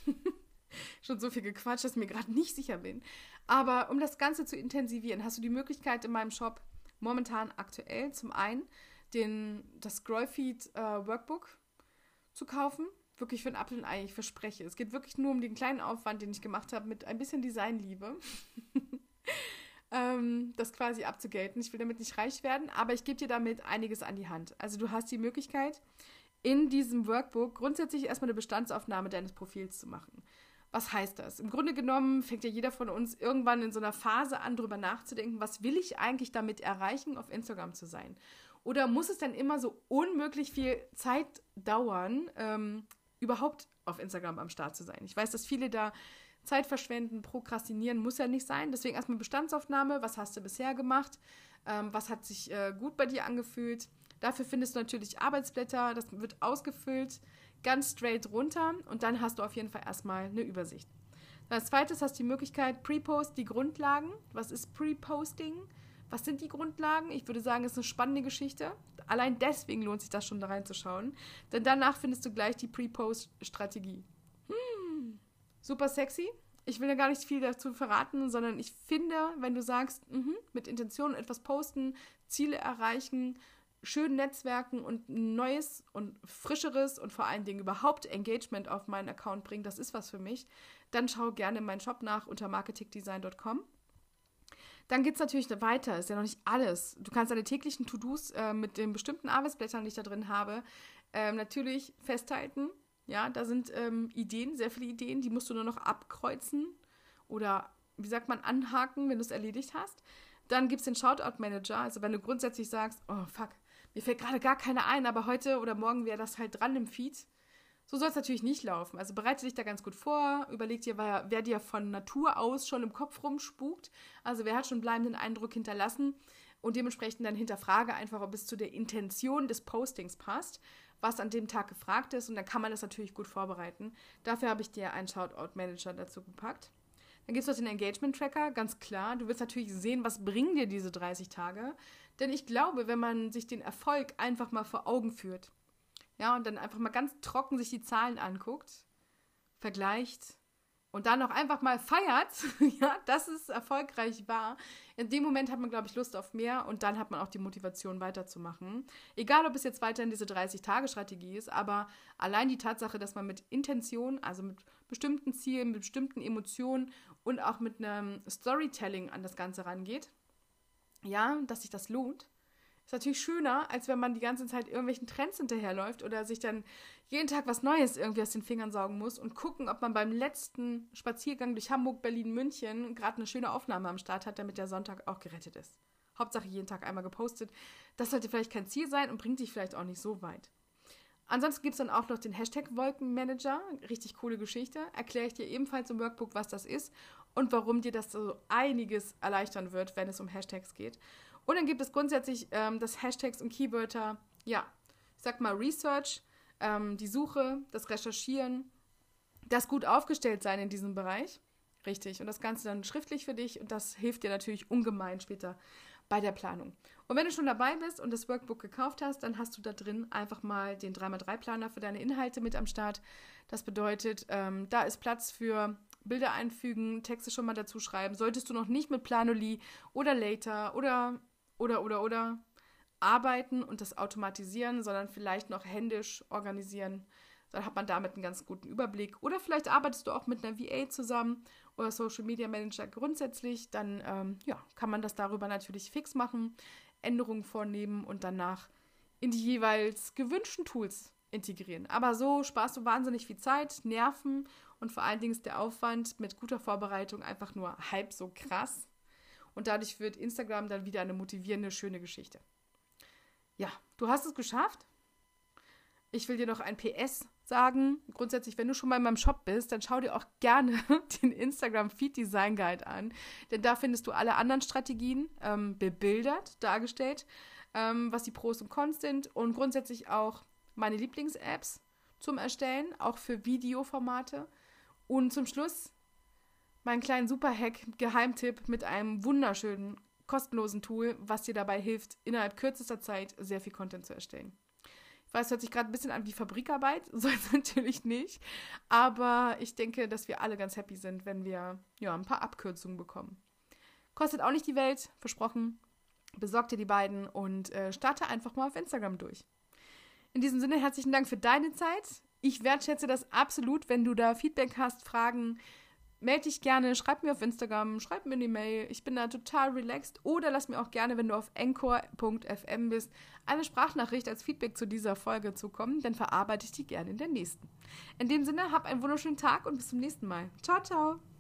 Schon so viel gequatscht, dass ich mir gerade nicht sicher bin. Aber um das Ganze zu intensivieren, hast du die Möglichkeit in meinem Shop momentan aktuell zum einen den, das Scrollfeed äh, Workbook zu kaufen. Wirklich für ein Apfel und Ei, ich verspreche. Es geht wirklich nur um den kleinen Aufwand, den ich gemacht habe, mit ein bisschen Designliebe. ähm, das quasi abzugelten. Ich will damit nicht reich werden, aber ich gebe dir damit einiges an die Hand. Also du hast die Möglichkeit, in diesem Workbook grundsätzlich erstmal eine Bestandsaufnahme deines Profils zu machen. Was heißt das? Im Grunde genommen fängt ja jeder von uns irgendwann in so einer Phase an, darüber nachzudenken, was will ich eigentlich damit erreichen, auf Instagram zu sein? Oder muss es dann immer so unmöglich viel Zeit dauern, ähm, überhaupt auf Instagram am Start zu sein? Ich weiß, dass viele da Zeit verschwenden, prokrastinieren, muss ja nicht sein. Deswegen erstmal Bestandsaufnahme, was hast du bisher gemacht? Ähm, was hat sich äh, gut bei dir angefühlt? Dafür findest du natürlich Arbeitsblätter, das wird ausgefüllt, ganz straight runter und dann hast du auf jeden Fall erstmal eine Übersicht. Als zweites hast du die Möglichkeit, Pre-Post, die Grundlagen. Was ist Pre-Posting? Was sind die Grundlagen? Ich würde sagen, es ist eine spannende Geschichte. Allein deswegen lohnt sich das schon, da reinzuschauen. Denn danach findest du gleich die Pre-Post-Strategie. Hm, super sexy. Ich will ja gar nicht viel dazu verraten, sondern ich finde, wenn du sagst, mh, mit Intention etwas posten, Ziele erreichen, schön netzwerken und neues und frischeres und vor allen Dingen überhaupt Engagement auf meinen Account bringen, das ist was für mich, dann schau gerne in meinen Shop nach unter marketingdesign punkt com. Dann geht es natürlich weiter, ist ja noch nicht alles. Du kannst deine täglichen To-Dos äh, mit den bestimmten Arbeitsblättern, die ich da drin habe, äh, natürlich festhalten. Ja, da sind ähm, Ideen, sehr viele Ideen, die musst du nur noch abkreuzen oder, wie sagt man, anhaken, wenn du es erledigt hast. Dann gibt es den Shoutout-Manager, also wenn du grundsätzlich sagst, oh fuck, mir fällt gerade gar keiner ein, aber heute oder morgen wäre das halt dran im Feed. So soll es natürlich nicht laufen. Also bereite dich da ganz gut vor, überleg dir, wer, wer dir von Natur aus schon im Kopf rumspukt, also wer hat schon bleibenden Eindruck hinterlassen und dementsprechend dann hinterfrage einfach, ob es zu der Intention des Postings passt, was an dem Tag gefragt ist und dann kann man das natürlich gut vorbereiten. Dafür habe ich dir einen Shoutout-Manager dazu gepackt. Dann gibt es noch den Engagement-Tracker, ganz klar. Du willst natürlich sehen, was bringen dir diese dreißig Tage. Denn ich glaube, wenn man sich den Erfolg einfach mal vor Augen führt, ja, und dann einfach mal ganz trocken sich die Zahlen anguckt, vergleicht und dann auch einfach mal feiert, ja, dass es erfolgreich war. In dem Moment hat man, glaube ich, Lust auf mehr und dann hat man auch die Motivation weiterzumachen. Egal, ob es jetzt weiterhin diese dreißig-Tage-Strategie ist, aber allein die Tatsache, dass man mit Intention, also mit bestimmten Zielen, mit bestimmten Emotionen und auch mit einem Storytelling an das Ganze rangeht, ja, dass sich das lohnt, ist natürlich schöner, als wenn man die ganze Zeit irgendwelchen Trends hinterherläuft oder sich dann jeden Tag was Neues irgendwie aus den Fingern saugen muss und gucken, ob man beim letzten Spaziergang durch Hamburg, Berlin, München gerade eine schöne Aufnahme am Start hat, damit der Sonntag auch gerettet ist. Hauptsache jeden Tag einmal gepostet. Das sollte vielleicht kein Ziel sein und bringt dich vielleicht auch nicht so weit. Ansonsten gibt es dann auch noch den Hashtag Wolkenmanager. Richtig coole Geschichte. Erkläre ich dir ebenfalls im Workbook, was das ist und warum dir das so einiges erleichtern wird, wenn es um Hashtags geht. Und dann gibt es grundsätzlich ähm, das Hashtags und Keywörter, ja, ich sag mal Research, ähm, die Suche, das Recherchieren, das gut aufgestellt sein in diesem Bereich. Richtig. Und das Ganze dann schriftlich für dich und das hilft dir natürlich ungemein später bei der Planung. Und wenn du schon dabei bist und das Workbook gekauft hast, dann hast du da drin einfach mal den drei mal drei Planer für deine Inhalte mit am Start. Das bedeutet, ähm, da ist Platz für Bilder einfügen, Texte schon mal dazu schreiben. Solltest du noch nicht mit Planoly oder Later oder oder, oder, oder arbeiten und das automatisieren, sondern vielleicht noch händisch organisieren, dann hat man damit einen ganz guten Überblick. Oder vielleicht arbeitest du auch mit einer V A zusammen oder Social Media Manager grundsätzlich, dann ähm, ja, kann man das darüber natürlich fix machen, Änderungen vornehmen und danach in die jeweils gewünschten Tools integrieren. Aber so sparst du wahnsinnig viel Zeit, Nerven und vor allen Dingen ist der Aufwand mit guter Vorbereitung einfach nur halb so krass. Und dadurch wird Instagram dann wieder eine motivierende, schöne Geschichte. Ja, du hast es geschafft. Ich will dir noch ein P S sagen. Grundsätzlich, wenn du schon mal in meinem Shop bist, dann schau dir auch gerne den Instagram Feed Design Guide an. Denn da findest du alle anderen Strategien ähm, bebildert, dargestellt, ähm, was die Pros und Cons sind. Und grundsätzlich auch meine Lieblings-Apps zum Erstellen, auch für Videoformate. Und zum Schluss meinen kleinen Super-Hack, Geheimtipp mit einem wunderschönen, kostenlosen Tool, was dir dabei hilft, innerhalb kürzester Zeit sehr viel Content zu erstellen. Ich weiß, es hört sich gerade ein bisschen an wie Fabrikarbeit, soll es natürlich nicht, aber ich denke, dass wir alle ganz happy sind, wenn wir ja, ein paar Abkürzungen bekommen. Kostet auch nicht die Welt, versprochen. Besorg dir die beiden und äh, starte einfach mal auf Instagram durch. In diesem Sinne, herzlichen Dank für deine Zeit. Ich wertschätze das absolut, wenn du da Feedback hast, Fragen. Melde dich gerne, schreib mir auf Instagram, schreib mir eine Mail. Ich bin da total relaxed. Oder lass mir auch gerne, wenn du auf anchor punkt f m bist, eine Sprachnachricht als Feedback zu dieser Folge zukommen. Dann verarbeite ich die gerne in der nächsten. In dem Sinne, hab einen wunderschönen Tag und bis zum nächsten Mal. Ciao, ciao.